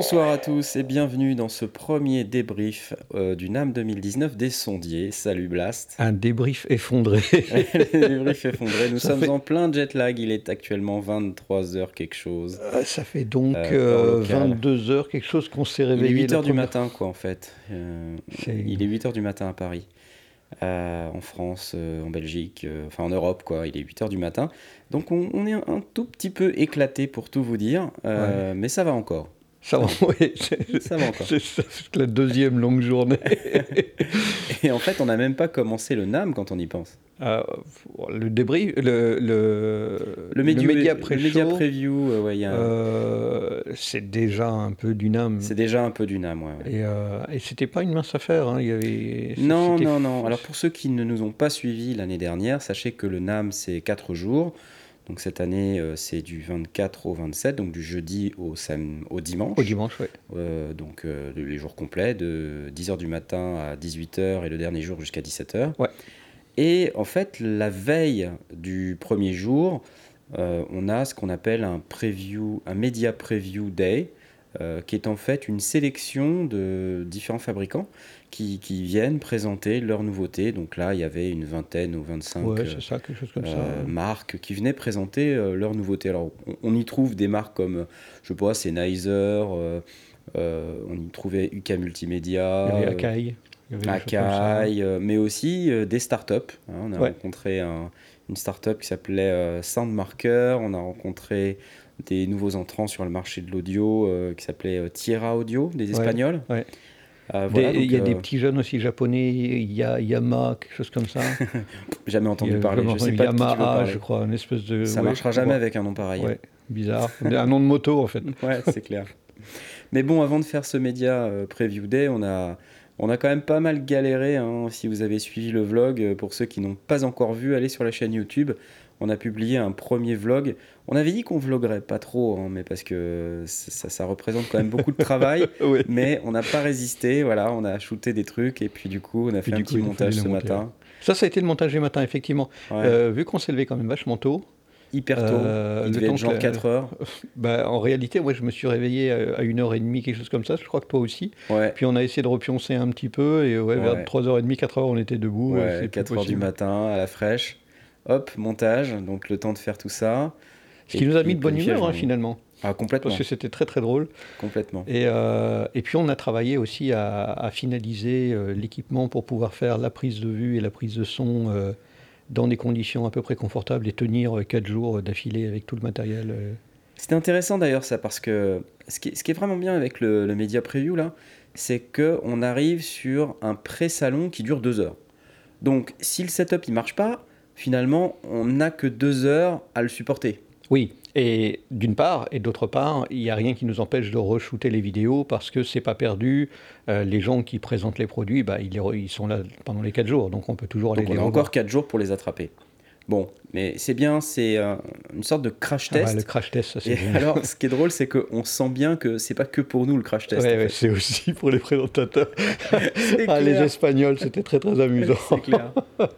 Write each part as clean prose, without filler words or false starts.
Bonsoir à tous et bienvenue dans ce premier débrief du NAM 2019 des sondiers. Salut Blast. Un débrief effondré. Le débrief effondré, nous Ça sommes fait- en plein jet lag, il est actuellement 23h quelque chose, Ça fait donc heure locale. 22 heures, quelque chose qu'on s'est Il est réveillé 8h la du première. matin quoi en fait. C'est- Il est 8h du matin à Paris. En France, en Belgique, enfin en Europe quoi, il est 8h du matin. Donc on est un tout petit peu éclaté pour tout vous dire, Ouais. mais ça va encore. Ça va, ouais, Ça va encore. c'est la deuxième longue journée. Et en fait, on n'a même pas commencé le NAM quand on y pense. Euh, le débrief, le média Le média pré-show, preview, ouais, c'est déjà un peu du NAM. c'est déjà un peu du NAM. Ouais. Et c'était pas une mince affaire. Hein. Non, C'était non, non. Alors pour ceux qui ne nous ont pas suivis l'année dernière, sachez que le NAM, c'est 4 jours. Donc cette année, c'est du 24 au 27, donc du jeudi au dimanche. Au dimanche, ouais. Donc les jours complets, de 10h du matin à 18h et le dernier jour jusqu'à 17h. Ouais. Et en fait, la veille du premier jour, on a ce qu'on appelle un media preview day, qui est en fait une sélection de différents fabricants qui viennent présenter leurs nouveautés. Donc là, il y avait une vingtaine ou 25 Ouais, c'est ça, quelque chose comme ça. marques qui venaient présenter leurs nouveautés. Alors, on y trouve des marques comme, je sais pas, Sennheiser, on y trouvait UK Multimédia, Il y avait Akai. Il y avait des choses comme ça. Akai, mais aussi des startups. Hein. On a Ouais. rencontré une startup qui s'appelait Soundmarker. On a rencontré des nouveaux entrants sur le marché de l'audio qui s'appelait Tierra Audio, des Ouais, Espagnols. ouais. Voilà, Il y a donc, des petits jeunes aussi japonais, il y a Yamaha, quelque chose comme ça. jamais Il y entendu a parler. vraiment Je sais pas de qui tu veux Yamaha, parler. je crois, une espèce de. Ça ouais, marchera jamais ouais, avec un nom pareil. ouais, bizarre. Un nom de moto en fait. Ouais, c'est clair. Mais bon, avant de faire ce média Preview Day, on a quand même pas mal galéré. Hein. Si vous avez suivi le vlog, pour ceux qui n'ont pas encore vu, allez sur la chaîne YouTube. On a publié un premier vlog. On avait dit qu'on vloguerait pas trop, hein, mais parce que ça représente quand même beaucoup de travail. Ouais. Mais on n'a pas résisté. Voilà, on a shooté des trucs et puis du coup, on a fait un du petit coup, il a montage fallu ce le monter, matin. Ça a été le montage du matin, effectivement. Ouais. Vu qu'on s'est levé quand même vachement tôt, Hyper tôt. Il le devait temps être genre que 4 heures. en réalité, moi je me suis réveillé à 1h30, quelque chose comme ça, je crois que toi aussi. Ouais. Puis on a essayé de repioncer un petit peu, et Ouais. vers 3h30, 4h, on était debout. Ouais, c'est plus 4 heures du possible. matin à la fraîche. Hop, montage. Donc le temps de faire tout ça. Ce qui nous a mis de bonne planifier la humeur, hein, journée. finalement. Ah, complètement. Parce que c'était très très drôle. Complètement. Et puis on a travaillé aussi à finaliser l'équipement pour pouvoir faire la prise de vue et la prise de son dans des conditions à peu près confortables et tenir 4 jours d'affilée avec tout le matériel. C'était intéressant d'ailleurs ça, parce que ce qui est vraiment bien avec le Media Preview là, c'est qu'on arrive sur un pré-salon qui dure 2 heures. Donc si le setup il marche pas, finalement on n'a que 2 heures à le supporter. Oui, et d'une part, et d'autre part, il n'y a rien qui nous empêche de re-shooter les vidéos parce que c'est pas perdu. Les gens qui présentent les produits, ils sont là pendant les 4 jours, donc on peut toujours aller Donc on les a revoir. encore 4 jours pour les attraper. Bon, mais c'est bien, c'est une sorte de crash Ah bah, test. le crash test, ça c'est Et génial. alors, ce qui est drôle, c'est qu'on sent bien que c'est pas que pour nous le crash test. Ouais, en ouais, fait. c'est aussi pour les présentateurs. C'est Ah, les clair. Espagnols, c'était très très amusant. C'est clair.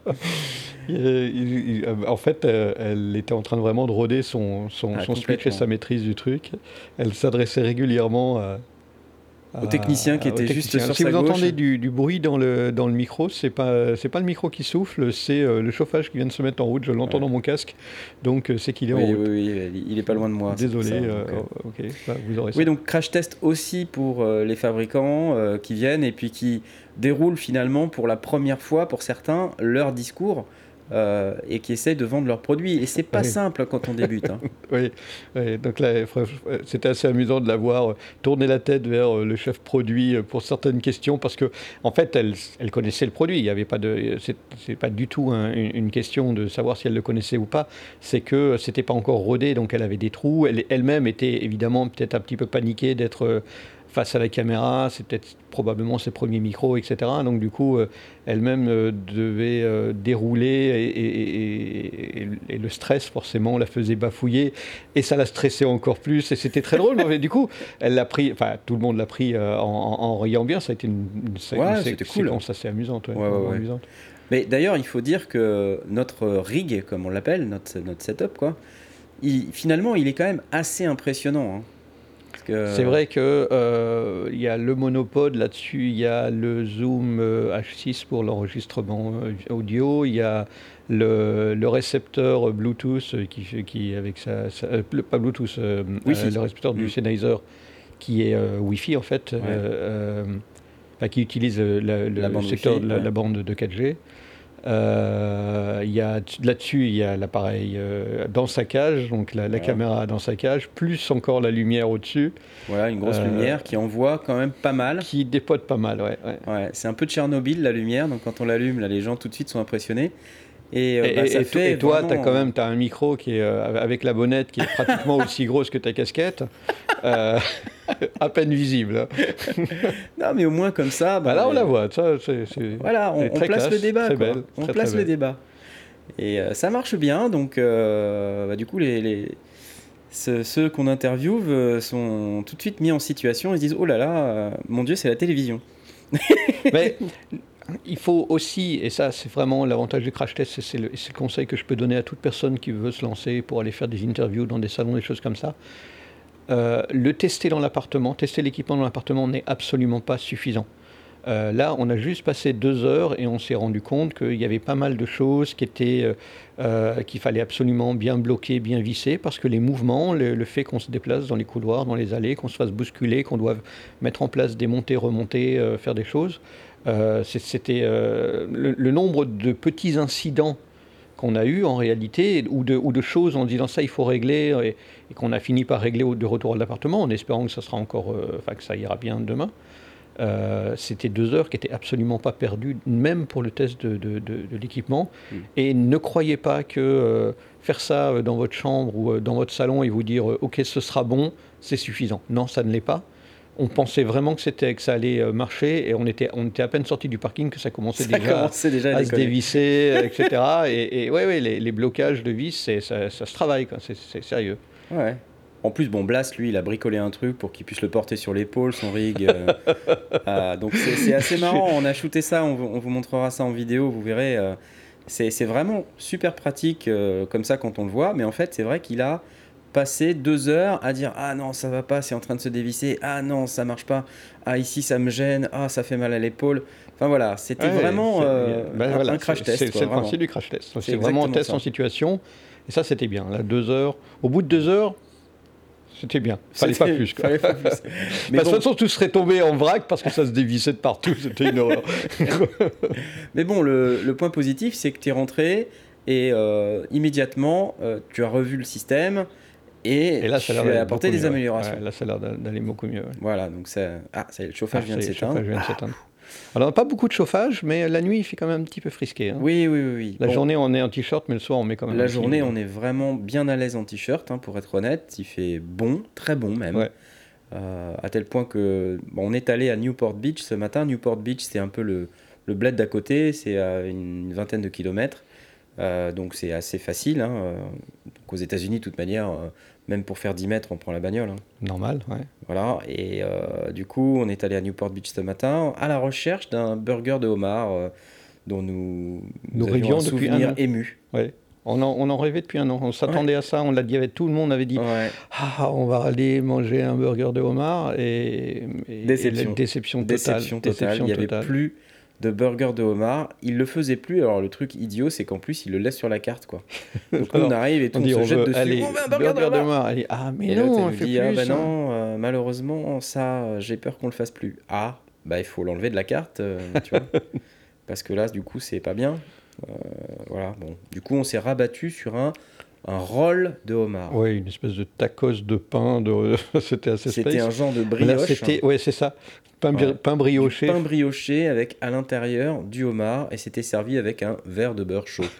En fait, elle était en train de vraiment de rôder son speech et Complètement. sa maîtrise du truc. Elle s'adressait régulièrement Au technicien qui était juste sur Si sa vous gauche. entendez du bruit dans le micro, c'est pas le micro qui souffle, c'est le chauffage qui vient de se mettre en route. Je l'entends Ouais. dans mon casque, donc c'est qu'il est en Oui, route. oui, il est pas loin de moi. c'est pour Désolé, ça, donc, ok, bah, vous aurez ça. Oui, donc crash test aussi pour les fabricants qui viennent et puis qui déroulent finalement pour la première fois pour certains leur discours et qui essayent de vendre leurs produits. Et c'est pas Oui. simple quand on débute. Hein. Oui, oui, donc là, c'était assez amusant de la voir tourner la tête vers le chef produit pour certaines questions, parce que en fait, elle connaissait le produit. Il y avait pas de, c'est pas du tout une question de savoir si elle le connaissait ou pas. C'est que c'était pas encore rodé, donc elle avait des trous. Elle-même était évidemment peut-être un petit peu paniquée d'être face à la caméra. C'est peut-être probablement ses premiers micros, etc. Donc du coup, elle-même devait dérouler et le stress forcément la faisait bafouiller et ça la stressait encore plus et c'était très drôle. Mais du coup, elle l'a pris, enfin tout le monde l'a pris en riant bien. Ça a été une C'était cool. séquence assez amusante. Ouais, vraiment ouais. amusante. Mais d'ailleurs, il faut dire que notre rig, comme on l'appelle, notre setup, quoi, finalement, il est quand même assez impressionnant. Hein. C'est vrai que il y a le monopode là-dessus, il y a le Zoom H6 pour l'enregistrement audio, il y a le récepteur Bluetooth qui avec pas Bluetooth, Wi-Fi. le récepteur du Sennheiser qui est Wi-Fi en fait, qui utilise La bande secteur, Wi-Fi, la bande de 4G. Là-dessus, il y a l'appareil dans sa cage, donc la caméra dans sa cage, plus encore la lumière au-dessus. Voilà, une grosse lumière qui envoie quand même pas mal. Qui dépote pas mal, ouais. Ouais, c'est un peu de Tchernobyl, la lumière, donc quand on l'allume, là, les gens tout de suite sont impressionnés. Et toi, vraiment... t'as un micro qui est avec la bonnette qui est pratiquement aussi grosse que ta casquette, à peine visible. Non, mais au moins comme ça... là, on la voit. Ça, voilà, on place classe, le débat. Très belle, on très, place très le débat. Et ça marche bien, donc du coup, ceux qu'on interviewe sont tout de suite mis en situation. Ils se disent, oh là là, mon Dieu, c'est la télévision. Mais il faut aussi, et ça c'est vraiment l'avantage du crash test, c'est le conseil que je peux donner à toute personne qui veut se lancer pour aller faire des interviews dans des salons, des choses comme ça. Le tester dans l'appartement, tester l'équipement dans l'appartement n'est absolument pas suffisant. Là, on a juste passé 2 heures et on s'est rendu compte qu'il y avait pas mal de choses qu'il fallait absolument bien bloquer, bien visser, parce que les mouvements, le fait qu'on se déplace dans les couloirs, dans les allées, qu'on se fasse bousculer, qu'on doive mettre en place des montées, remontées, faire des choses, c'était le nombre de petits incidents qu'on a eu en réalité, ou de choses en disant ça il faut régler, et qu'on a fini par régler de retour à l'appartement, en espérant que ça sera encore, que ça ira bien demain. C'était 2 heures qui n'étaient absolument pas perdues, même pour le test de l'équipement. Et ne croyez pas que faire ça dans votre chambre ou dans votre salon et vous dire ok ce sera bon, c'est suffisant. Non, ça ne l'est pas. On pensait vraiment que ça allait marcher, et on était à peine sorti du parking que ça commençait déjà à se dévisser, etc. Et ouais, les blocages de vis, ça se travaille, quoi. C'est sérieux. Ouais. En plus, Blast, lui, il a bricolé un truc pour qu'il puisse le porter sur l'épaule, son rig. Donc c'est assez marrant. On a shooté ça, on vous montrera ça en vidéo, vous verrez. C'est vraiment super pratique comme ça quand on le voit. Mais en fait, c'est vrai qu'il a passé 2 heures à dire « Ah non, ça va pas, c'est en train de se dévisser. Ah non, ça marche pas. Ah ici, ça me gêne. Ah, ça fait mal à l'épaule. » Enfin voilà, c'était vraiment un crash test. C'est le principe du crash test. C'est vraiment un test en situation. Et ça, c'était bien. Là, 2 heures. Au bout de 2 heures, c'était bien. Fallait pas plus. Mais de toute façon, tout serait tombé en vrac parce que ça se dévissait de partout. C'était une horreur. Mais bon, le point positif, c'est que tu es rentré et immédiatement, tu as revu le système et là, tu as apporté des améliorations. Ouais, là, ça a l'air d'aller beaucoup mieux. Ouais. Voilà, donc ça y est, le chauffage vient de s'éteindre. Alors, on n'a pas beaucoup de chauffage, mais la nuit, il fait quand même un petit peu frisqué. Hein. Oui. La journée, on est en t-shirt, mais le soir, on met quand même... La journée, on est vraiment bien à l'aise en t-shirt, pour être honnête. Il fait bon, très bon même. Ouais. À tel point que... on est allé à Newport Beach ce matin. Newport Beach, c'est un peu le bled d'à côté. C'est à une vingtaine de kilomètres. Donc c'est assez facile. Donc aux États-Unis, de toute manière, même pour faire 10 mètres, on prend la bagnole. Normal, ouais. Voilà, et du coup, on est allé à Newport Beach ce matin à la recherche d'un burger de homard dont nous rêvions un souvenir depuis 1 an. ému. Ouais. On en rêvait depuis 1 an. On s'attendait à ça, on l'a dit avec tout le monde, avait dit on va aller manger un burger de homard, et déception totale. Il n'y avait plus de burger de homard. Il le faisait plus. Alors le truc idiot, c'est qu'en plus, il le laisse sur la carte, quoi. Donc on arrive et tout, on se jette dessus. Allez, on veut un burger de homard. Mais et non, on on fait dit plus. Non, malheureusement, ça, j'ai peur qu'on le fasse plus. Il faut l'enlever de la carte, tu vois. Parce que là, du coup, c'est pas bien. Voilà, bon. Du coup, on s'est rabattu sur un roll de homard. Oui, une espèce de tacos de pain. C'était assez space. C'était un genre de brioche. Oui, c'est ça. Pain brioché. Pain brioché avec à l'intérieur du homard, et c'était servi avec un verre de beurre chaud.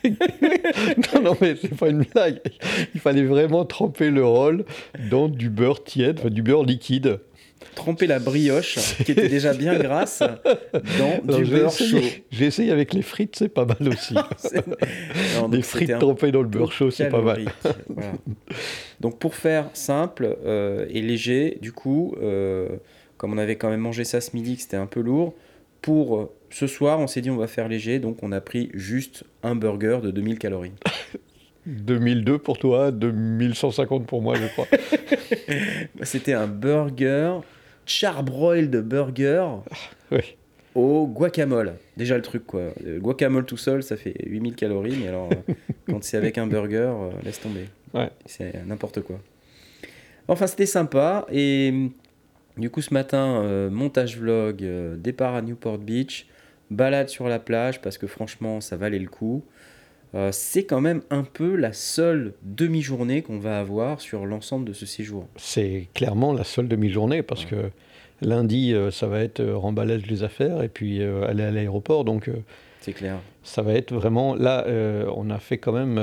non, mais c'est pas une blague. Il fallait vraiment tremper le roll dans du beurre tiède, du beurre liquide. Tremper la brioche, qui était déjà bien grasse, dans du beurre chaud. J'ai essayé avec les frites, c'est pas mal aussi. Des frites trempées dans le beurre chaud, c'est pas mal. Voilà. Donc pour faire simple et léger, du coup, comme on avait quand même mangé ça ce midi, que c'était un peu lourd, pour ce soir, on s'est dit on va faire léger, donc on a pris juste un burger de 2000 calories. 2002 pour toi, 2150 pour moi, je crois. C'était un burger, charbroiled burger Oui. au guacamole. Déjà le truc, quoi. Le guacamole tout seul, ça fait 8000 calories, mais alors, quand c'est avec un burger, laisse tomber. Ouais. C'est n'importe quoi. Enfin, c'était sympa. Et du coup, ce matin, montage vlog, départ à Newport Beach, balade sur la plage, parce que franchement, ça valait le coup. C'est quand même un peu la seule demi-journée qu'on va avoir sur l'ensemble de ce séjour. C'est clairement la seule demi-journée parce que lundi, ça va être remballage des affaires et puis aller à l'aéroport. Donc, C'est clair. ça va être vraiment. Là, on a fait quand même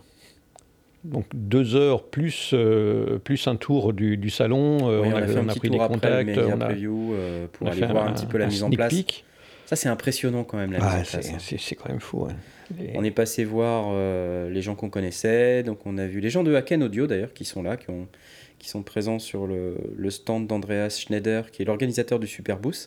donc 2 heures plus un tour du salon. Oui, on a fait un a petit pris des tour après le contacts. Media On a, Preview pour on a aller fait voir un petit peu la un mise en sneak place. peek. Ça, c'est impressionnant quand même, la mise Ah, en place. Hein. c'est quand même fou. Hein. On est passé voir les gens qu'on connaissait. Donc, on a vu les gens de Haken Audio, d'ailleurs, qui sont là, qui sont présents sur le stand d'Andreas Schneider, qui est l'organisateur du Superboost.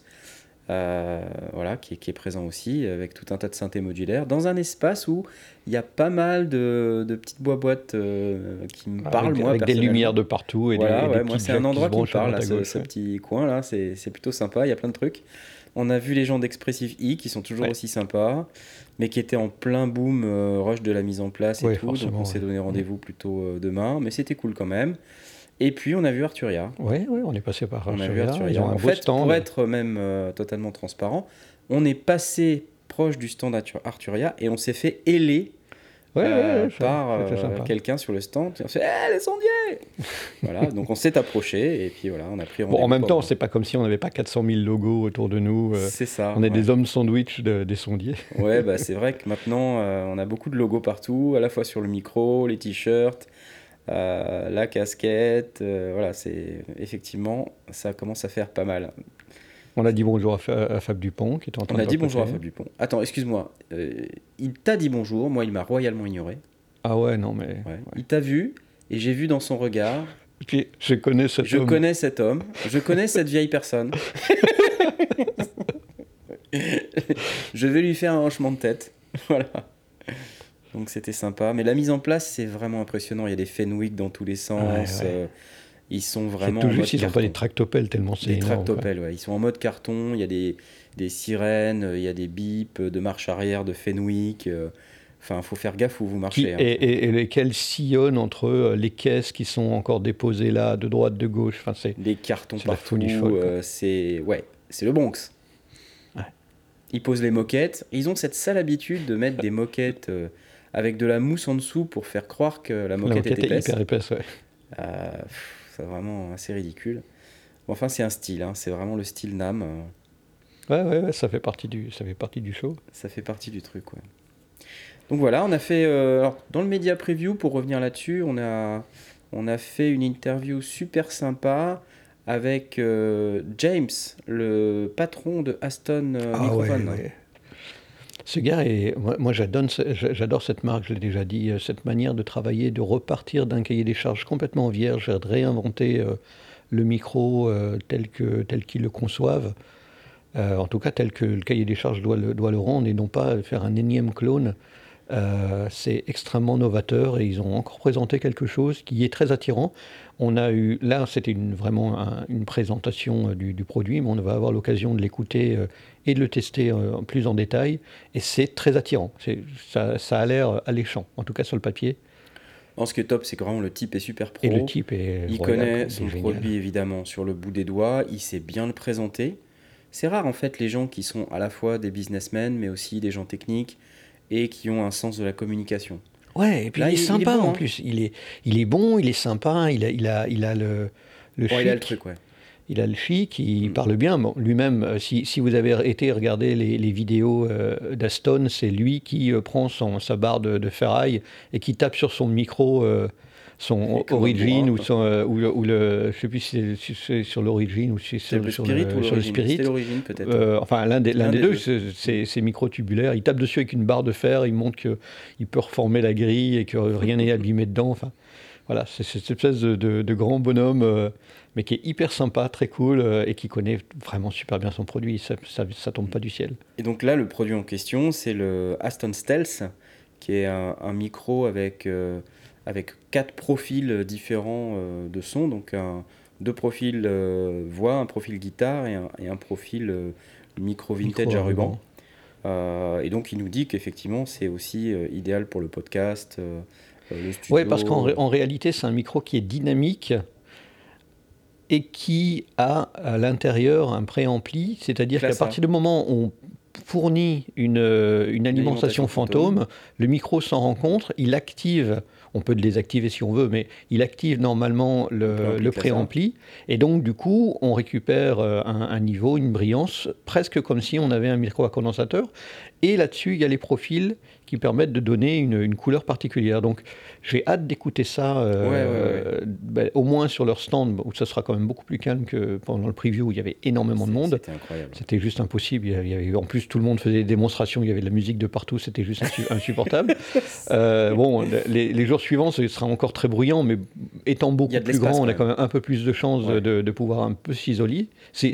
Voilà, qui est présent aussi, avec tout un tas de synthés modulaires, dans un espace où il y a pas mal de petites boîtes qui me parlent, moi, avec des personnellement. lumières de partout et Voilà, des ouais, petites moi, c'est un jacks endroit qui me se branchent à parle, là, droite à gauche, ce ouais. petit coin-là, c'est plutôt sympa, il y a plein de trucs. On a vu les gens d'Expressive E, qui sont toujours Ouais. aussi sympas, mais qui étaient en plein boom rush de la mise en place et Ouais, tout, donc forcément, on s'est ouais. donné rendez-vous plutôt demain, mais c'était cool quand même. Et puis, on a vu Arturia. Ouais, on est passé par On a vu Arturia. Arturia. Ils ont un En beau fait, stand. pour être même totalement transparent, on est passé proche du stand Arturia et on s'est fait héler par c'était sympa. quelqu'un sur le stand. Et on s'est dit, hey, les sondiers. Voilà, donc on s'est approché et puis voilà, on a pris rendez-vous. Bon, en même pour temps, voir. c'est pas comme si on n'avait pas 400 000 logos autour de nous. C'est ça. On est ouais. des hommes sandwich des sondiers. Ouais, bah, c'est vrai que maintenant, on a beaucoup de logos partout, à la fois sur le micro, les t-shirts, la casquette. Voilà, c'est effectivement, ça commence à faire pas mal. On a dit bonjour à Fab Dupont qui est en train On de a dit bonjour à papoter. Fab Dupont. Attends, excuse-moi. Il t'a dit bonjour, moi il m'a royalement ignoré. Ah ouais, non, mais. Ouais. Ouais. Il t'a vu et j'ai vu dans son regard. Puis, je connais cet Je homme. connais cet homme, je connais cette vieille personne. Je vais lui faire un hochement de tête. Voilà. Donc c'était sympa. Mais la mise en place, c'est vraiment impressionnant. Il y a des Fenwick dans tous les sens. Ouais. Ils sont C'est vraiment tout en mode juste, ils n'ont pas carton. des tractopelles tellement c'est Des énorme. tractopelles, ouais. Ils sont en mode carton. Il y a des sirènes, il y a des bips de marche arrière de Fenwick. Enfin, faut faire gaffe où vous marchez. Hein. Et lesquels sillonnent entre les caisses qui sont encore déposées là, de droite, de gauche. Enfin, c'est Les cartons c'est la partout. folie folle, quoi. C'est le Bronx. Ouais. Ils posent les moquettes. Ils ont cette sale habitude de mettre des moquettes avec de la mousse en dessous pour faire croire que la la moquette moquette est est épaisse. hyper épaisse. Ouais. C'est vraiment assez ridicule. Bon, enfin, c'est un style. Hein. C'est vraiment le style NAM. Ouais, ça fait partie du show. Ça fait partie du truc, ouais. Donc voilà, on a fait... alors, dans le Media Preview, pour revenir là-dessus, on a fait une interview super sympa avec James, le patron de Aston Microphone. Ouais. Ce gars, moi j'adore cette marque, je l'ai déjà dit, cette manière de travailler, de repartir d'un cahier des charges complètement vierge, de réinventer le micro tel qu'ils le conçoivent. En tout cas, tel que le cahier des charges doit le rendre, et non pas faire un énième clone. C'est extrêmement novateur et ils ont encore présenté quelque chose qui est très attirant. On a eu, là c'était vraiment une présentation du produit, mais on va avoir l'occasion de l'écouter et de le tester plus en détail, et c'est très attirant. Ça a l'air alléchant, en tout cas sur le papier. Non, ce qui est top, c'est que vraiment le type est super pro. Et le type est Il royal, connaît il son est génial. produit évidemment sur le bout des doigts, il sait bien le présenter. C'est rare en fait les gens qui sont à la fois des businessmen mais aussi des gens techniques et qui ont un sens de la communication. Ouais, et puis Là, il est sympa bon, en hein. plus. Il est bon, il est sympa, il a le Bon, chic. il a le truc, ouais. Il a le chic, il parle bien. Bon, lui-même, si vous avez été regarder les vidéos d'Aston, c'est lui qui prend sa barre de ferraille et qui tape sur son micro, son comme un Origin, bourrin, ou le je sais plus si c'est sur l'Origin ou si C'est c'est le sur Spirit ou sur le l'origine? Spirit. C'était l'origine peut-être. Enfin, l'un des des deux, deux. c'est micro tubulaire. Il tape dessus avec une barre de fer, il montre qu'il peut reformer la grille et que rien n'est abîmé dedans. Enfin, voilà, c'est cette espèce de grand bonhomme, mais qui est hyper sympa, très cool, et qui connaît vraiment super bien son produit. Ça tombe pas du ciel. Et donc là, le produit en question, c'est le Aston Stealth, qui est un micro avec 4 profils différents de son, donc deux profils voix, un profil guitare et un profil micro vintage à ruban. Et donc il nous dit qu'effectivement c'est aussi idéal pour le podcast, le studio. Oui, parce qu'en réalité c'est un micro qui est dynamique et qui a à l'intérieur un préampli, c'est-à-dire qu'à partir du moment où on fournit une alimentation fantôme, le micro s'en rend compte, il active, on peut le désactiver si on veut, mais il active normalement le préampli, et donc du coup on récupère un niveau, une brillance, presque comme si on avait un micro à condensateur, et là-dessus il y a les profils qui permettent de donner une couleur particulière. Donc j'ai hâte d'écouter ça, au moins sur leur stand, où ça sera quand même beaucoup plus calme que pendant le preview où il y avait énormément de monde. C'était incroyable. C'était juste impossible. Il y avait, en plus, tout le monde faisait des démonstrations, il y avait de la musique de partout, c'était juste insupportable. Les jours suivants, ce sera encore très bruyant, mais étant beaucoup plus grand, on a quand même un peu plus de chances de pouvoir un peu s'isoler.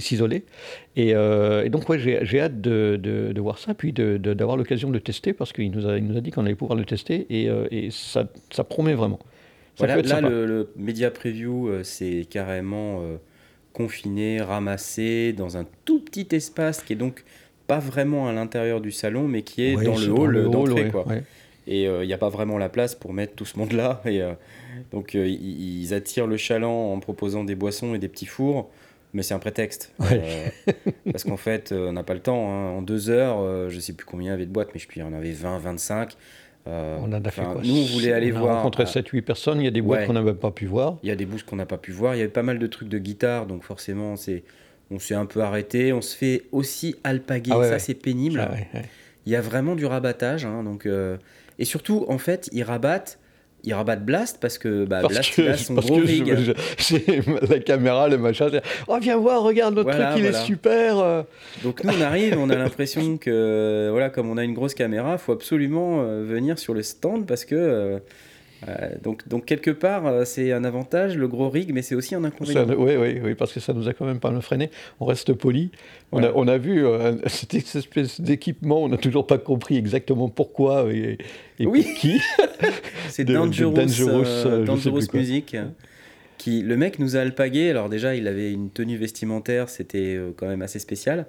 Et donc, j'ai hâte de voir ça, puis d'avoir l'occasion de le tester, parce qu'il nous a dit qu'on allait pouvoir le tester, et ça promet vraiment. Voilà, là, le Media Preview, c'est carrément confiné, ramassé dans un tout petit espace qui est donc pas vraiment à l'intérieur du salon, mais qui est dans le hall d'entrée. Et il n'y a pas vraiment la place pour mettre tout ce monde-là. Et donc, ils attirent le chaland en proposant des boissons et des petits fours. Mais c'est un prétexte. Parce qu'en fait, on n'a pas le temps. En 2 heures, je ne sais plus combien il y avait de boîtes, mais il y en avait 20, 25. On en a fait quoi ? Nous, on voulait aller voir. On a rencontré 7-8 personnes. Il y a des boîtes qu'on n'a même pas pu voir. Il y a des booths qu'on n'a pas pu voir. Il y avait pas mal de trucs de guitare. Donc forcément, on s'est un peu arrêté. On se fait aussi alpaguer. C'est pénible. Il y a vraiment du rabattage. Donc, et surtout, en fait, ils rabattent Blast parce que Blast, il a son gros rig. J'ai la caméra, le machin. Oh, viens voir, regarde notre truc, il est super. Donc nous, on arrive, on a l'impression que, comme on a une grosse caméra, il faut absolument venir sur le stand parce que... donc quelque part, c'est un avantage, le gros rig, mais c'est aussi un inconvénient. Oui, parce que ça nous a quand même pas mal freiné. On reste poli. On a vu cette espèce d'équipement, on n'a toujours pas compris exactement pourquoi et pour qui. C'est Dangerous Music. Le mec nous a alpagué. Alors déjà, il avait une tenue vestimentaire, c'était quand même assez spécial.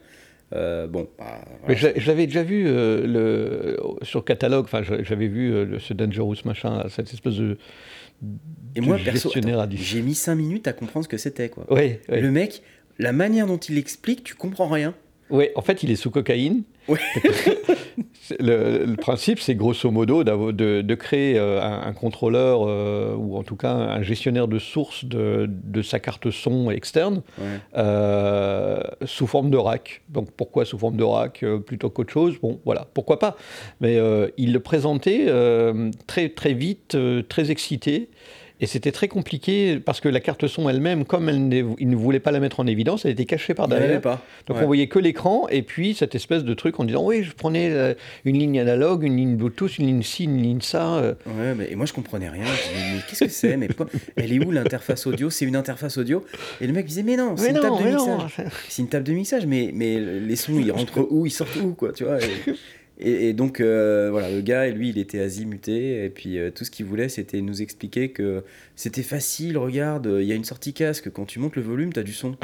Mais je l'avais déjà vu sur catalogue, j'avais vu ce Dangerous machin, cette espèce de et moi perso, j'ai mis 5 minutes à comprendre ce que c'était quoi. Le mec, la manière dont il explique, tu comprends rien. Oui, en fait, il est sous cocaïne. Le principe, c'est grosso modo de créer un contrôleur ou en tout cas un gestionnaire de source de sa carte son externe sous forme de rack. Donc pourquoi sous forme de rack plutôt qu'autre chose ? Bon, voilà, pourquoi pas. Mais il le présentait très, très vite, très excité. Et c'était très compliqué parce que la carte son elle-même, comme il ne voulait pas la mettre en évidence, elle était cachée par derrière. Donc on voyait que l'écran et puis cette espèce de truc en disant oui, je prenais une ligne analogue, une ligne Bluetooth, une ligne ci, une ligne ça. Et moi je comprenais rien. Je disais, mais qu'est-ce que c'est ? Mais elle est où l'interface audio ? C'est une interface audio ? Et le mec disait mais non, c'est une table de mixage. C'est une table de mixage, mais les sons ils rentrent où ? Ils sortent où quoi, tu vois ? Et donc, le gars, lui, il était azimuté, et puis tout ce qu'il voulait, c'était nous expliquer que c'était facile, regarde, il y a une sortie casque, quand tu montes le volume, t'as du son.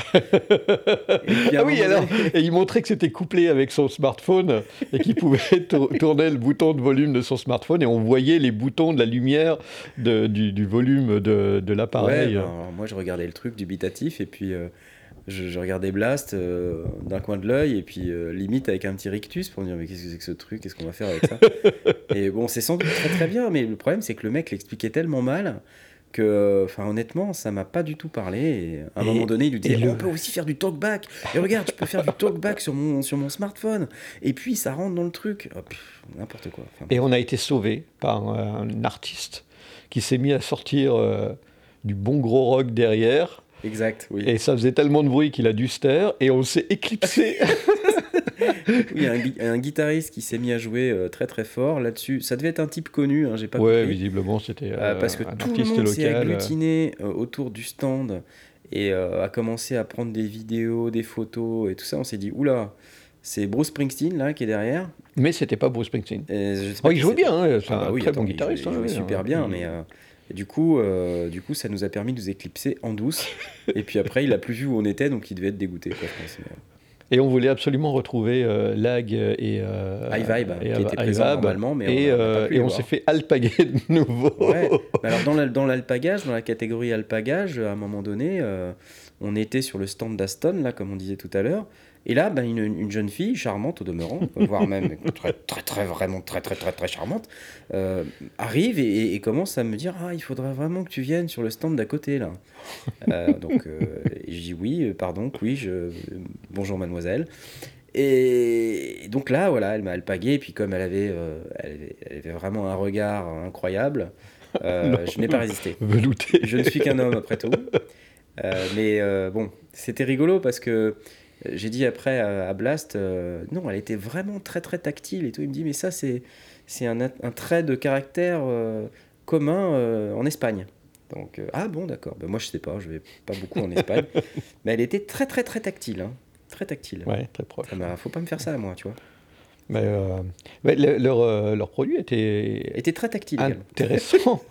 Et il montrait que c'était couplé avec son smartphone, et qu'il pouvait tourner le bouton de volume de son smartphone, et on voyait les boutons de la lumière du volume de l'appareil. Moi, je regardais le truc dubitatif, et puis... Je regardais Blast d'un coin de l'œil et puis limite avec un petit rictus pour me dire mais qu'est-ce que c'est que ce truc, qu'est-ce qu'on va faire avec ça. Et bon, c'est sans doute très très bien, mais le problème c'est que le mec l'expliquait tellement mal que honnêtement ça m'a pas du tout parlé. Et à un moment donné il lui disait on peut aussi faire du talkback, et regarde tu peux faire du talkback sur mon smartphone et puis ça rentre dans le truc. N'importe quoi. Et on a été sauvé par un artiste qui s'est mis à sortir du bon gros rock derrière. Exact, oui. Et ça faisait tellement de bruit qu'il a dû se taire et on s'est éclipsé. Oui, il y a un guitariste qui s'est mis à jouer très très fort là-dessus. Ça devait être un type connu, j'ai pas compris. Visiblement c'était parce que un tout artiste le monde local. s'est agglutiné autour du stand et a commencé à prendre des vidéos, des photos et tout ça. On s'est dit oula, c'est Bruce Springsteen là qui est derrière. Mais c'était pas Bruce Springsteen. Et je sais Oh, pas il qui jouait c'était. bien, hein, c'est Ah bah un oui, très attends, bon guitariste. il jouait super bien, mais et du coup, ça nous a permis de nous éclipser en douce. Et puis après, il a plus vu où on était, donc il devait être dégoûté, quoi, je pense. Et on voulait absolument retrouver Lag High Vibe, et qui était High présent Vibe, normalement, mais et, on n'a pas pu et les on voir. s'est fait alpaguer de nouveau. Ouais, mais alors dans l'alpagage, dans la catégorie alpagage, à un moment donné, on était sur le stand d'Aston, là, comme on disait tout à l'heure, et là, ben, une jeune fille, charmante au demeurant, voire même vraiment très charmante, arrive et commence à me dire, ah, il faudrait vraiment que tu viennes sur le stand d'à côté, là. Et je dis oui, pardon, bonjour mademoiselle. Et donc là, voilà, elle m'a alpagué, et puis comme elle avait vraiment un regard incroyable, Non, je n'ai pas résisté. velouté. Je ne suis qu'un homme après tout. Mais bon, c'était rigolo parce que j'ai dit après à Blast, non, elle était vraiment très tactile et tout. Il me dit, mais ça, c'est un trait de caractère commun en Espagne. Donc, ah bon, d'accord. Ben, moi, je sais pas, je vais pas beaucoup en Espagne. Mais elle était très tactile, hein. Très tactile. Ouais, très proche. Faut pas me faire ça à moi, tu vois. Mais leur produit était Était très tactile également. intéressant.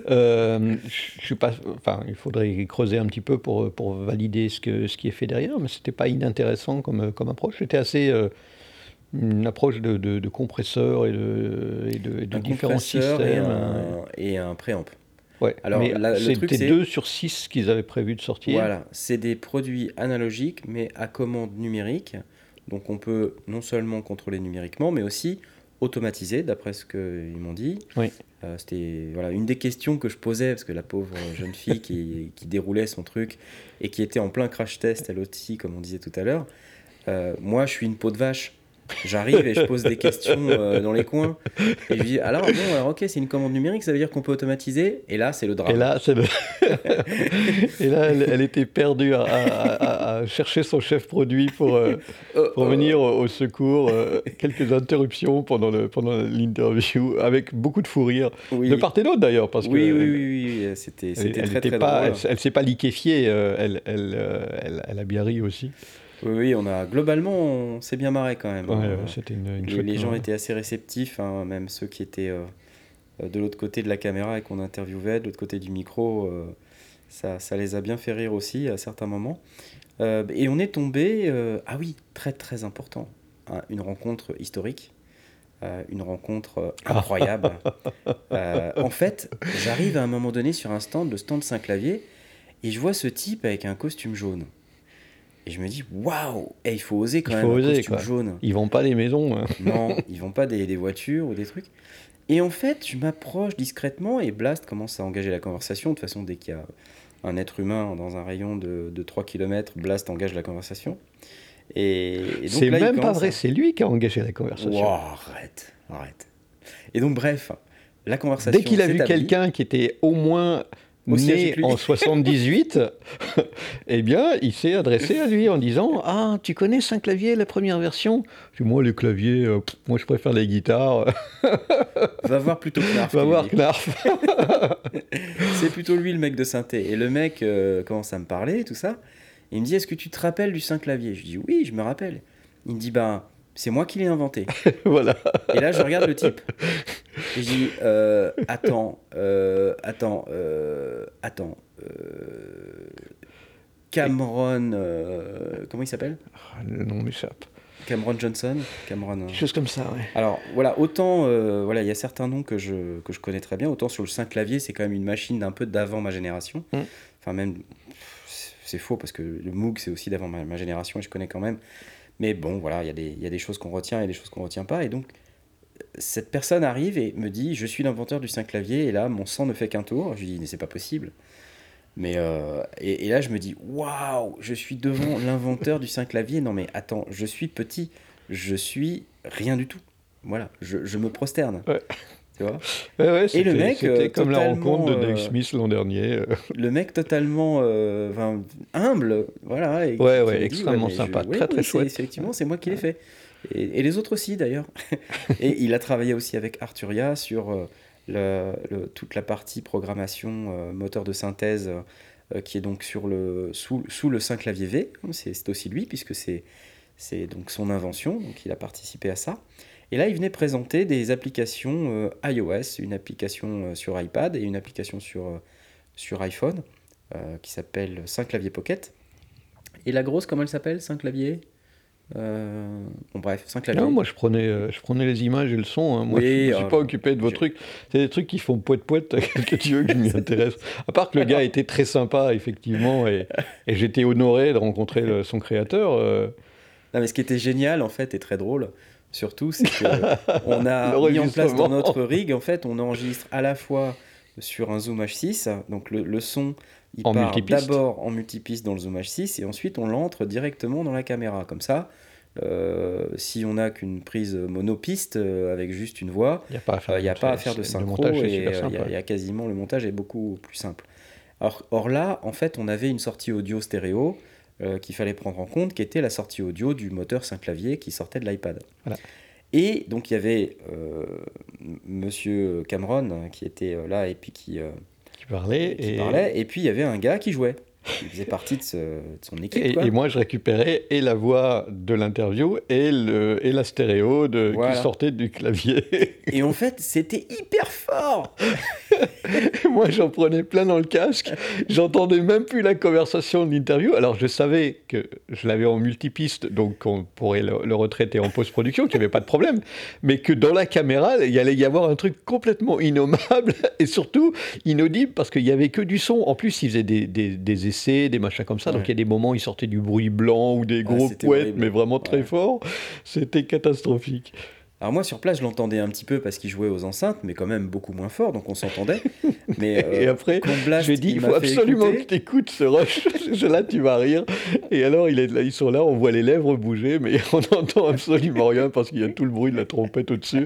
Je suis pas, enfin, il faudrait creuser un petit peu pour valider ce qui est fait derrière, mais c'était pas inintéressant comme approche. C'était assez une approche de compresseur et de Un différents compresseur systèmes. et un préamp. Ouais, Alors, mais le truc, c'était c'est... 2 sur 6 qu'ils avaient prévu de sortir. Voilà, c'est des produits analogiques, mais à commande numérique. Donc on peut non seulement contrôler numériquement, mais aussi automatiser, d'après ce qu'ils m'ont dit. Oui. C'était voilà, une des questions que je posais, parce que la pauvre jeune fille qui déroulait son truc et qui était en plein crash test, elle aussi, comme on disait tout à l'heure. Moi, je suis une peau de vache. J'arrive et je pose des questions dans les coins. Et je dis, alors ok, c'est une commande numérique, ça veut dire qu'on peut automatiser. Et là, c'est le drame. Et là, et là elle était perdue à chercher son chef produit pour venir au secours. Quelques interruptions pendant l'interview, avec beaucoup de fou rire. Oui. De part et d'autre d'ailleurs, parce Oui, que oui, c'était très drôle. Elle s'est pas liquéfiée, elle a bien ri aussi. Oui, globalement, on s'est bien marré quand même. Ouais, c'était une chouette les gens étaient assez réceptifs, hein, même ceux qui étaient de l'autre côté de la caméra et qu'on interviewait, de l'autre côté du micro, ça les a bien fait rire aussi à certains moments. Et on est tombé, ah oui, très important, hein, une rencontre historique, une rencontre incroyable. En fait, j'arrive à un moment donné sur un stand, le stand Saint-Clavier, et je vois ce type avec un costume jaune. Et je me dis, waouh, il faut oser quand même, un costume jaune. Ils vendent pas des maisons. Hein. Non, ils vendent pas des voitures ou des trucs. Et en fait, je m'approche discrètement et Blast commence à engager la conversation. De toute façon, dès qu'il y a un être humain dans un rayon de 3 km, Blast engage la conversation. Et donc, c'est là, même pas vrai, c'est lui qui a engagé la conversation. Wow, arrête. Et donc, bref, la conversation. Dès qu'il a vu quelqu'un qui était au moins né en 78, eh bien, il s'est adressé à lui en disant « Ah, tu connais Saint-Clavier, la première version ?» Je dis « Moi, les claviers, moi, je préfère les guitares. » Va voir plutôt Knarf. Va voir Knarf. C'est plutôt lui, le mec de synthé. Et le mec commence à me parler et tout ça. Et il me dit « Est-ce que tu te rappelles du Saint-Clavier ?» Je dis « Oui, je me rappelle. » Il me dit « Ben, c'est moi qui l'ai inventé. » Voilà. Et là, je regarde le type. Et je dis, attends. Cameron, comment il s'appelle ? Le nom m'échappe. Cameron Johnson, Chose comme ça, ouais. Alors, voilà, autant, il y a certains noms que je connais très bien, autant sur le Saint-Clavier, c'est quand même une machine un peu d'avant ma génération. Enfin, même, c'est faux, parce que le Moog, c'est aussi d'avant ma génération, et je connais quand même. Mais bon, voilà, il y a des choses qu'on retient et des choses qu'on retient pas, et donc, cette personne arrive et me dit « Je suis l'inventeur du Saint-Clavier » et là, mon sang ne fait qu'un tour. Je lui dis « Mais c'est pas possible. » Mais et là, je me dis « Waouh, je suis devant l'inventeur du Saint-Clavier. Non mais attends, je suis petit. Je suis rien du tout. Voilà, je me prosterne. Ouais. Tu vois ? Ouais, et le mec, c'était comme la rencontre de Dave Smith l'an dernier. Le mec totalement humble, voilà. Et ouais, extrêmement sympa, très chouette. Effectivement, c'est moi qui l'ai fait. Et les autres aussi, d'ailleurs. Et il a travaillé aussi avec Arturia sur toute la partie programmation moteur de synthèse qui est donc sous le Saint-Clavier V. C'est aussi lui, puisque c'est C'est donc son invention, donc il a participé à ça. Et là, il venait présenter des applications iOS, une application sur iPad et une application sur iPhone qui s'appelle 5 claviers Pocket. Et la grosse, comment elle s'appelle 5 claviers Bon, bref, 5 claviers. Non, moi je prenais les images et le son, hein. Moi je Oui, me suis pas occupé de vos trucs. C'est des trucs qui font poète-poète que tu veux que je m'y intéresse. À part que le gars était très sympa, effectivement, et j'étais honoré de rencontrer son créateur. Non, mais ce qui était génial, en fait, et très drôle, surtout, c'est qu'on a mis en place dans L'enregistrement. notre rig, en fait, on enregistre à la fois sur un Zoom H6, donc le son, il En part multipiste. d'abord en multipiste dans le Zoom H6, et ensuite on l'entre directement dans la caméra. Comme ça, si on n'a qu'une prise monopiste avec juste une voix, Il n'y a pas à faire, il n'y a pas à faire de le synchro, montage, c'est et super simple. il y a quasiment, le montage est beaucoup plus simple. Or là, en fait, on avait une sortie audio stéréo qu'il fallait prendre en compte, qui était la sortie audio du moteur 5 claviers qui sortait de l'iPad. Voilà. Et donc il y avait Monsieur Cameron qui était là et puis qui parlait. parlait, et puis il y avait un gars qui jouait. Il faisait partie de son équipe. Et moi, je récupérais et la voix de l'interview et la stéréo Voilà. qui sortait du clavier. Et en fait, c'était hyper fort. Moi, j'en prenais plein dans le casque. J'entendais même plus la conversation de l'interview. Alors, je savais que je l'avais en multipiste, donc on pourrait le retraiter en post-production, qu'il n'y avait pas de problème. Mais que dans la caméra, il y allait y avoir un truc complètement innommable et surtout inaudible parce qu'il n'y avait que du son. En plus, il faisait des essais, des machins comme ça. Ouais. Donc, il y a des moments où il sortait du bruit blanc ou des gros c'était couettes, horrible. mais vraiment très Ouais. fort. C'était catastrophique. Alors moi sur place je l'entendais un petit peu parce qu'il jouait aux enceintes, mais quand même beaucoup moins fort, donc on s'entendait. Mais Et après, Blast, j'ai dit, il il m'a faut fait absolument écouter. que tu écoutes ce rush. Là, tu vas rire. Et alors, ils sont là, on voit les lèvres bouger, mais on n'entend absolument rien parce qu'il y a tout le bruit de la trompette au-dessus.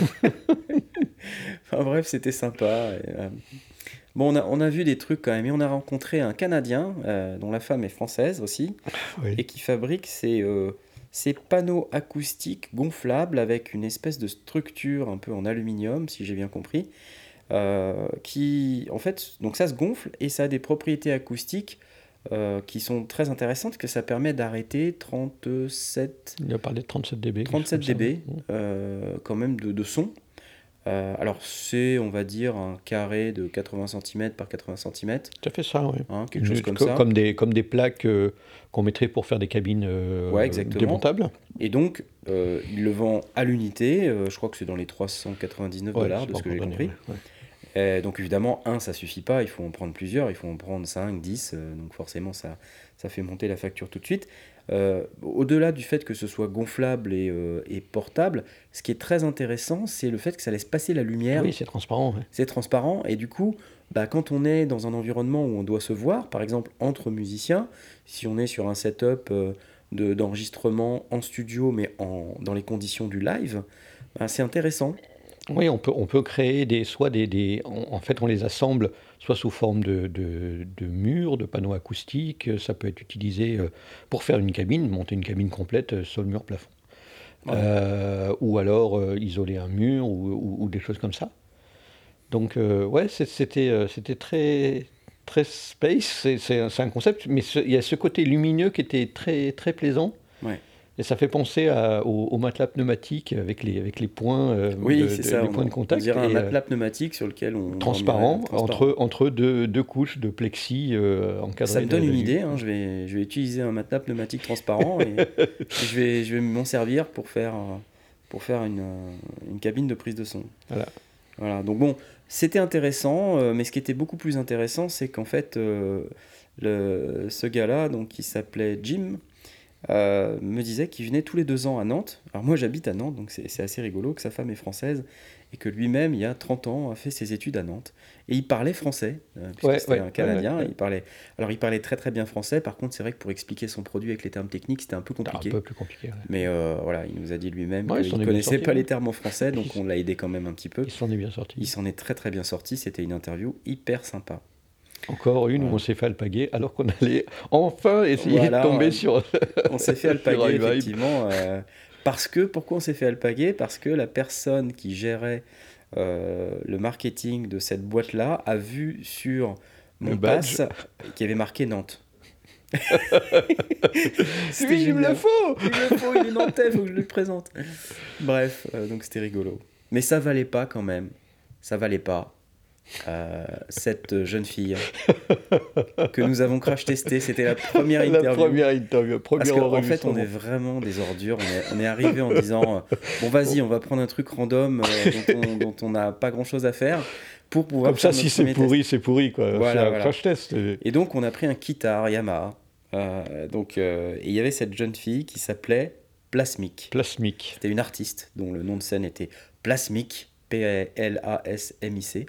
Enfin bref, c'était sympa. Bon, on a vu des trucs quand même, et on a rencontré un Canadien dont la femme est française aussi, Oui. et qui fabrique ces panneaux acoustiques gonflables avec une espèce de structure un peu en aluminium, si j'ai bien compris, qui, en fait, donc ça se gonfle et ça a des propriétés acoustiques qui sont très intéressantes, que ça permet d'arrêter 37 Il a parlé de 37 dB. 37 quelque chose dB comme ça. quand même de son. Alors c'est, on va dire, un carré de 80 cm par 80 cm, Ça fait ça, oui. quelque chose comme ça. Comme des plaques qu'on mettrait pour faire des cabines Ouais, exactement. démontables. Et donc, il le vend à l'unité, je crois que c'est dans les 399 Ouais, dollars c'est de pas ce que j'ai encore donné, compris. ouais. Donc évidemment, ça suffit pas, il faut en prendre plusieurs, il faut en prendre 5, 10, donc forcément ça fait monter la facture tout de suite. Au-delà du fait que ce soit gonflable et portable, ce qui est très intéressant, c'est le fait que ça laisse passer la lumière. Oui, c'est transparent. Ouais. C'est transparent, et du coup, quand on est dans un environnement où on doit se voir, par exemple entre musiciens, si on est sur un setup d'enregistrement en studio, mais dans les conditions du live, c'est intéressant. Oui, on peut créer en fait, on les assemble soit sous forme de murs, de panneaux acoustiques. Ça peut être utilisé pour faire une cabine, monter une cabine complète sol, mur, plafond. Ouais. Ou alors isoler un mur ou des choses comme ça. Donc, ouais, c'était très, très space. C'est un concept, mais il y a ce côté lumineux qui était très, très plaisant. Ouais. Et ça fait penser au matelas pneumatique avec les points, Oui, c'est ça, les points de on contact. dirait un Et, matelas pneumatique sur lequel on transparent, dormirait, transparent. entre deux couches de plexi encadrées. Ça me donne une d'alu. idée, je vais utiliser un matelas pneumatique transparent et je vais m'en servir pour faire une cabine de prise de son. Voilà, donc bon, c'était intéressant, mais ce qui était beaucoup plus intéressant, c'est qu'en fait, ce gars-là, donc, qui s'appelait Jim, me disait qu'il venait tous les 2 ans à Nantes. Alors moi j'habite à Nantes, donc c'est assez rigolo que sa femme est française et que lui-même, il y a 30 ans, a fait ses études à Nantes. Et il parlait français, puisque c'était un Canadien. Ouais. Il parlait très très bien français. Par contre, c'est vrai que pour expliquer son produit avec les termes techniques, c'était un peu compliqué. Un peu plus compliqué. Ouais. Mais voilà, il nous a dit lui-même Ouais, qu'il ne connaissait pas les termes en français, donc on l'a aidé quand même un petit peu. Il s'en est bien sorti. Il s'en est très très bien sorti. C'était une interview hyper sympa. Encore une où on s'est fait alpaguer alors qu'on allait enfin essayer de tomber sur. On s'est fait alpaguer, effectivement. Pourquoi on s'est fait alpaguer ? Parce que la personne qui gérait le marketing de cette boîte-là a vu sur mon pass qui avait marqué Nantes. C'était Oui, il me la génial. faut. Il le faut, il est nantais, faut que je le présente. Bref, donc c'était rigolo. Mais ça valait pas quand même. Ça valait pas. Cette jeune fille que nous avons crash testé, c'était la première La interview. première interview, Parce premier qu'en fait, on est enregistrement. vraiment des ordures. On est arrivé en disant bon, vas-y, on va prendre un truc random dont on n'a pas grand chose à faire pour pouvoir Comme ça, faire si notre c'est premier test. pourri, c'est pourri, quoi. Voilà, C'est un voilà. crash test. Et donc, on a pris un Kitar Yamaha. Et il y avait cette jeune fille qui s'appelait Plasmic. Plasmique. C'était une artiste dont le nom de scène était Plasmic, Plasmic.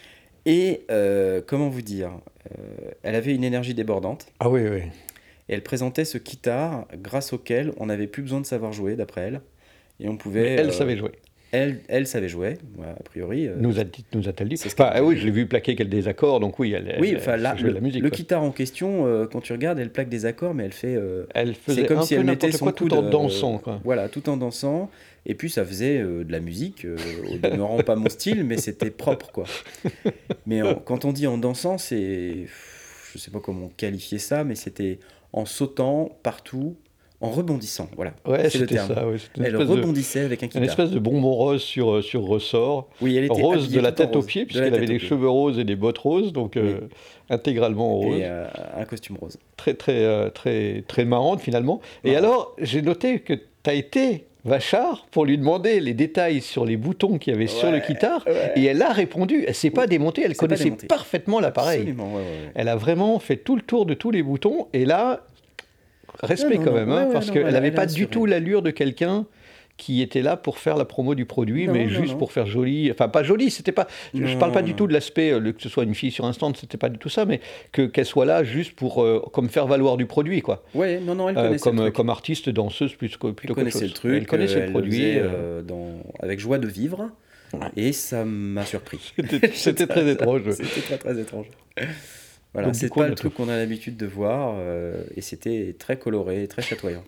Et comment vous dire, elle avait une énergie débordante. Ah oui, oui. Et elle présentait ce Kitar grâce auquel on n'avait plus besoin de savoir jouer, d'après elle. Et on Mais pouvait. elle savait jouer. Elle savait jouer, ouais, a priori. Nous a-t-elle dit. c'est ce qu'elle Oui, je l'ai vu plaquer des accords, donc oui, Oui, elle enfin là, sait jouer de la musique. le quoi. Kitar en question, quand tu regardes, elle plaque des accords, mais elle fait. Elle C'est faisait comme un si peu elle mettait n'importe son quoi coude. tout en dansant, quoi. Voilà, tout en dansant. Et puis ça faisait de la musique, au demeurant pas mon style, mais c'était propre, quoi. Mais quand on dit en dansant, c'est. Je sais pas comment qualifier ça, mais c'était en sautant partout, en rebondissant. Voilà, Ouais, c'est le c'était terme. ça. Ouais, c'était Elle rebondissait avec un une Kitar. espèce de bonbon rose sur ressort. Oui, elle était Rose habillée de la tout en tête aux rose. pieds, De la puisqu'elle avait tête aux des pieds. cheveux roses et des bottes roses, donc Oui. intégralement rose. Et un costume rose. Très, très, très, très marrante finalement. Et Marrante. alors, j'ai noté que tu as été vachard pour lui demander les détails sur les boutons qu'il y avait sur le Ouais, Kitar, ouais. et elle a répondu. Elle s'est pas démontée, elle C'est pas connaissait démonté. parfaitement l'appareil. Absolument, ouais, ouais. Elle a vraiment fait tout le tour de tous les boutons, et là, respect Non, quand non, même, ouais, hein, ouais, parce non, qu'elle elle n'avait a pas du assuré. tout l'allure de quelqu'un qui était là pour faire la promo du produit, Non, mais non, juste non. pour faire joli. Enfin, pas joli, c'était pas. Je Non, parle pas du non. tout de l'aspect que ce soit une fille sur un stand, c'était pas du tout ça, mais qu'elle soit là juste pour comme faire valoir du produit, quoi. Ouais, non, elle connaissait le truc. Comme artiste, danseuse, plutôt Elle qu'autre connaissait chose. le truc. Elle connaissait le elle produit. faisait, avec joie de vivre. Ouais. Et ça m'a surpris. C'était très étrange. C'était très, très étrange. Voilà, Donc, du c'est coup, pas on le a truc qu'on a l'habitude de voir. Et c'était très coloré, très chatoyant.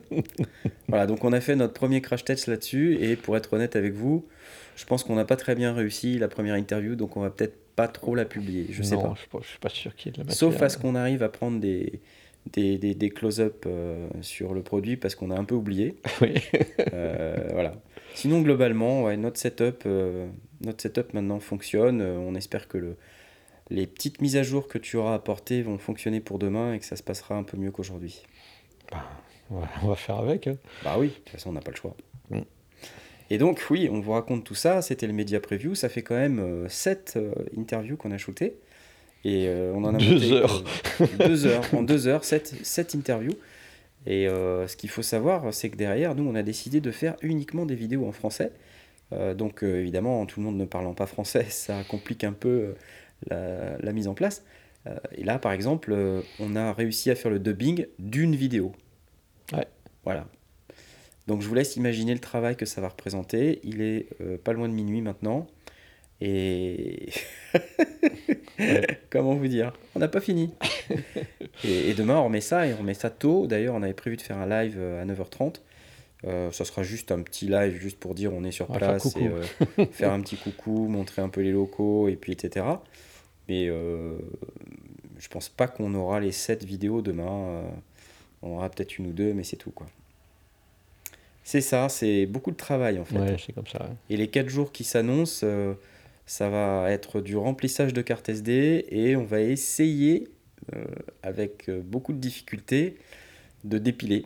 Voilà, donc on a fait notre premier crash test là-dessus. Et pour être honnête avec vous, je pense qu'on n'a pas très bien réussi la première interview. Donc on va peut-être pas trop la publier. Je sais pas. Je suis pas sûr qu'il y ait de la matière. Sauf à ce qu'on arrive à prendre des close-up sur le produit parce qu'on a un peu oublié. Oui. Voilà. Sinon, globalement, ouais, notre setup maintenant fonctionne. On espère que les petites mises à jour que tu auras apportées vont fonctionner pour demain et que ça se passera un peu mieux qu'aujourd'hui. On va faire avec. Hein. Bah oui, de toute façon, on n'a pas le choix. Mm. Et donc, oui, on vous raconte tout ça. C'était le Media Preview. Ça fait quand même 7 interviews qu'on a shootées. Et on en a 2 monté, heures. 2 heures. En 2 heures, 7 interviews. Et ce qu'il faut savoir, c'est que derrière, nous, on a décidé de faire uniquement des vidéos en français. Donc, évidemment, tout le monde ne parlant pas français, ça complique un peu la mise en place. Et là, par exemple, on a réussi à faire le dubbing d'une vidéo. Ouais. Voilà. Donc, je vous laisse imaginer le travail que ça va représenter. Il est pas loin de minuit maintenant. Et comment vous dire, on n'a pas fini. et demain on remet ça, et on remet ça tôt. D'ailleurs on avait prévu de faire un live à 9h30. Ça sera juste un petit live juste pour dire on est sur On va place faire et faire un petit coucou, montrer un peu les locaux et puis etc. Mais je pense pas qu'on aura les 7 vidéos demain. On aura peut-être une ou deux, mais c'est tout quoi. C'est ça, c'est beaucoup de travail en fait. Ouais, c'est comme ça. Hein. Et les 4 jours qui s'annoncent, ça va être du remplissage de cartes SD et on va essayer, avec beaucoup de difficultés, de dépiler.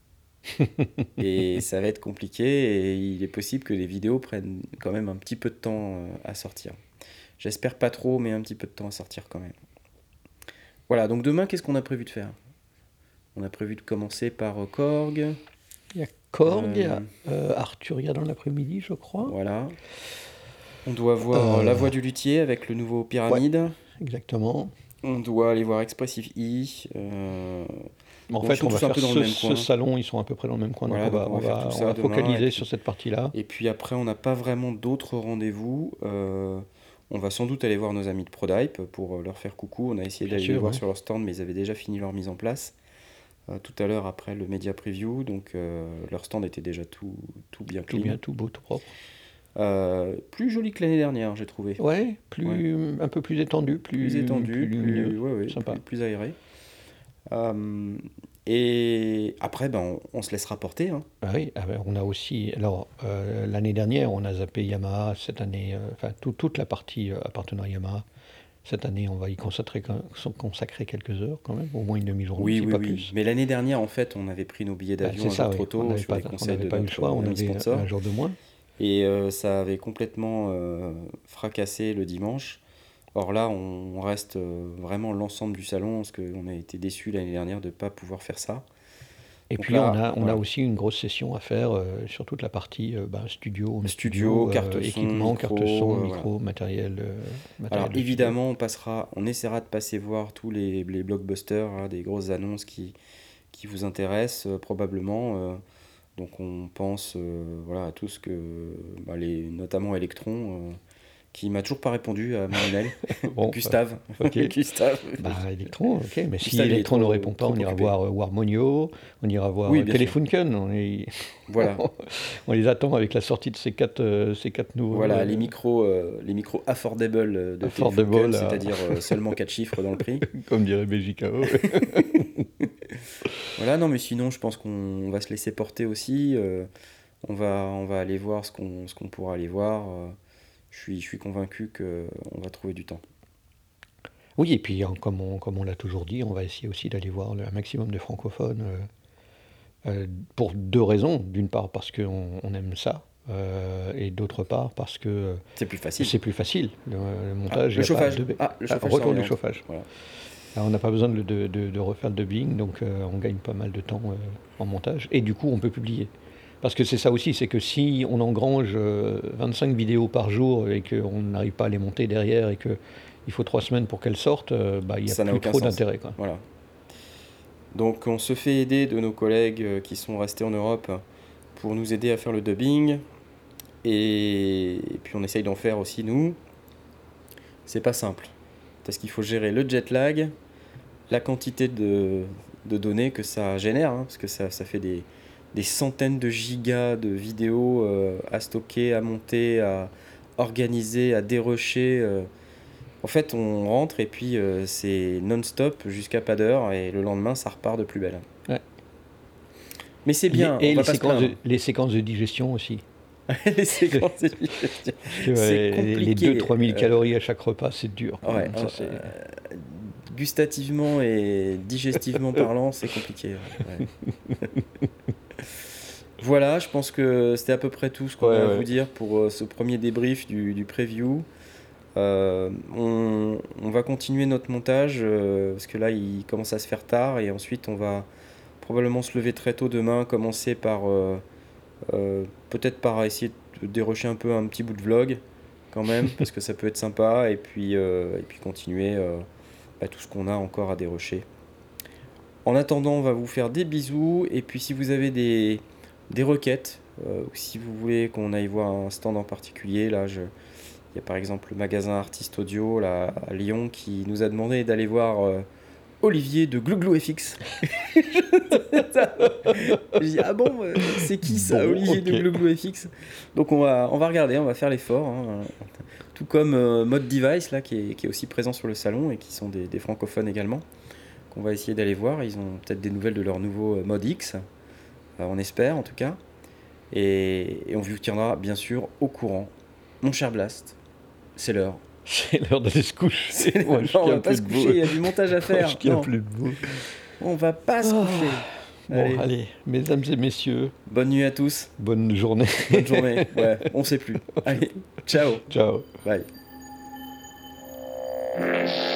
Et ça va être compliqué et il est possible que les vidéos prennent quand même un petit peu de temps à sortir. J'espère pas trop, mais un petit peu de temps à sortir quand même. Voilà, donc demain, qu'est-ce qu'on a prévu de faire ? On a prévu de commencer par Korg. Il y a Korg, il y a Arturia dans l'après-midi, je crois. Voilà. On doit voir La Voix du Luthier avec le nouveau Pyramide. Ouais, exactement. On doit aller voir Expressive E. En Bon, fait, ils sont on va tous un faire peu dans le même coin. ce salon, ils sont à peu près dans le même coin. Voilà, donc donc on va faire tout ça on va demain, focaliser et puis- sur cette partie-là. Et puis après, on n'a pas vraiment d'autres rendez-vous. On va sans doute aller voir nos amis de Prodype pour leur faire coucou. On a essayé Bien d'aller sûr, les voir ouais. sur leur stand, mais ils avaient déjà fini leur mise en place tout à l'heure après le Media Preview. Donc leur stand était déjà tout bien Tout clean. bien, tout beau, tout propre. Plus joli que l'année dernière, j'ai trouvé. Ouais, un peu plus étendu, Plus étendu, plus lumineux. ouais, sympa. plus aéré. Et après, on se laissera porter, hein. Ah oui, on a aussi. Alors, l'année dernière, on a zappé Yamaha. Cette année, enfin, toute la partie appartenant à Yamaha. Cette année, on va y consacrer quelques heures quand même, au moins une demi-journée, Oui, si oui, pas oui. plus. Mais l'année dernière, en fait, on avait pris nos billets d'avion C'est un ça, jour oui. trop tôt sur les On conseils n'avait de pas eu le notre choix, on ami avait sponsor. un jour de moins. Et ça avait complètement fracassé le dimanche. Or là, on reste vraiment l'ensemble du salon, parce qu'on a été déçus l'année dernière de ne pas pouvoir faire ça. Et Donc puis là, on a voilà. aussi une grosse session à faire sur toute la partie studio, home Studio, studio, carte son, équipement, carte son, micro, voilà. micro, matériel, Alors matériel de studio. évidemment, on essaiera de passer voir tous les blockbusters, hein, des grosses annonces qui vous intéressent probablement. Donc on pense voilà, à tout ce que, notamment Electron, qui m'a toujours pas répondu à mon email. Bon, Gustave. ok. Gustave. Electron, ok. Mais si Gustave, il est Electron ne trop, répond pas, trop on ira occupé. voir Warmonio, on ira voir Oui, bien sûr. Telefunken. Voilà. On les attend avec la sortie de ces quatre nouveaux. Voilà, les micros affordable de Affordable, Telefunken, c'est-à-dire seulement 4 chiffres dans le prix. comme dirait BJKO. Voilà, non, mais sinon, je pense qu'on va se laisser porter aussi. On va aller voir ce qu'on pourra aller voir. Je suis convaincu qu'on va trouver du temps. Oui, et puis comme on l'a toujours dit, on va essayer aussi d'aller voir un maximum de francophones pour deux raisons. D'une part parce qu'on aime ça, et d'autre part parce que C'est plus facile. c'est plus facile. Le montage, Le il y a pas chauffage. de- Le chauffage. retour ça du oriente. chauffage. Voilà. Alors, on n'a pas besoin de refaire le dubbing, donc on gagne pas mal de temps en montage. Et du coup, on peut publier. Parce que c'est ça aussi, c'est que si on engrange 25 vidéos par jour et qu'on n'arrive pas à les monter derrière et qu'il faut 3 semaines pour qu'elles sortent, il n'y a Ça n'a plus aucun trop sens. d'intérêt, quoi. Voilà. Donc on se fait aider de nos collègues qui sont restés en Europe pour nous aider à faire le dubbing. Et puis on essaye d'en faire aussi nous. C'est pas simple. Parce qu'il faut gérer le jet lag, la quantité de données que ça génère, hein, parce que ça fait des centaines de gigas de vidéos à stocker, à monter, à organiser, à dérocher. En fait, on rentre et puis c'est non-stop jusqu'à pas d'heure et le lendemain, ça repart de plus belle. Ouais. Mais c'est bien, Et on va pas se plaindre. les séquences de digestion aussi. Les séquences de digestion. Parce que, C'est les compliqué. 2-3 000 calories à chaque repas, c'est dur. quand Ouais, même. Ça, c'est- gustativement et digestivement parlant, c'est compliqué. Ouais. Voilà, je pense que c'était à peu près tout ce qu'on a à vous dire pour ce premier débrief du preview. On va continuer notre montage parce que là il commence à se faire tard et ensuite on va probablement se lever très tôt demain, commencer par peut-être par essayer de dérocher un petit bout de vlog quand même parce que ça peut être sympa et puis continuer tout ce qu'on a encore à dérocher. En attendant, on va vous faire des bisous et puis si vous avez des requêtes ou si vous voulez qu'on aille voir un stand en particulier, là il y a par exemple le magasin Artiste Audio là, à Lyon qui nous a demandé d'aller voir Olivier de Glouglou FX. Je dis ah bon, c'est qui ça, Bon, Olivier ok. de Glouglou FX? Donc on va regarder, on va faire l'effort, hein. Tout comme Mode Device là qui est aussi présent sur le salon et qui sont des francophones également. Qu'on va essayer d'aller voir. Ils ont peut-être des nouvelles de leur nouveau Mode X. On espère en tout cas. Et on vous tiendra bien sûr au courant. Mon cher Blast, c'est l'heure. C'est l'heure d'aller se coucher. Moi, je Non, on tiens va pas plus se debout. coucher, il y a du montage à faire. Je tiens Non, plus debout. on va pas se coucher. Bon, allez, mesdames et messieurs, Bonne nuit à tous. bonne journée. Bonne journée. Ouais, on sait plus. Allez, ciao. Ciao. Bye.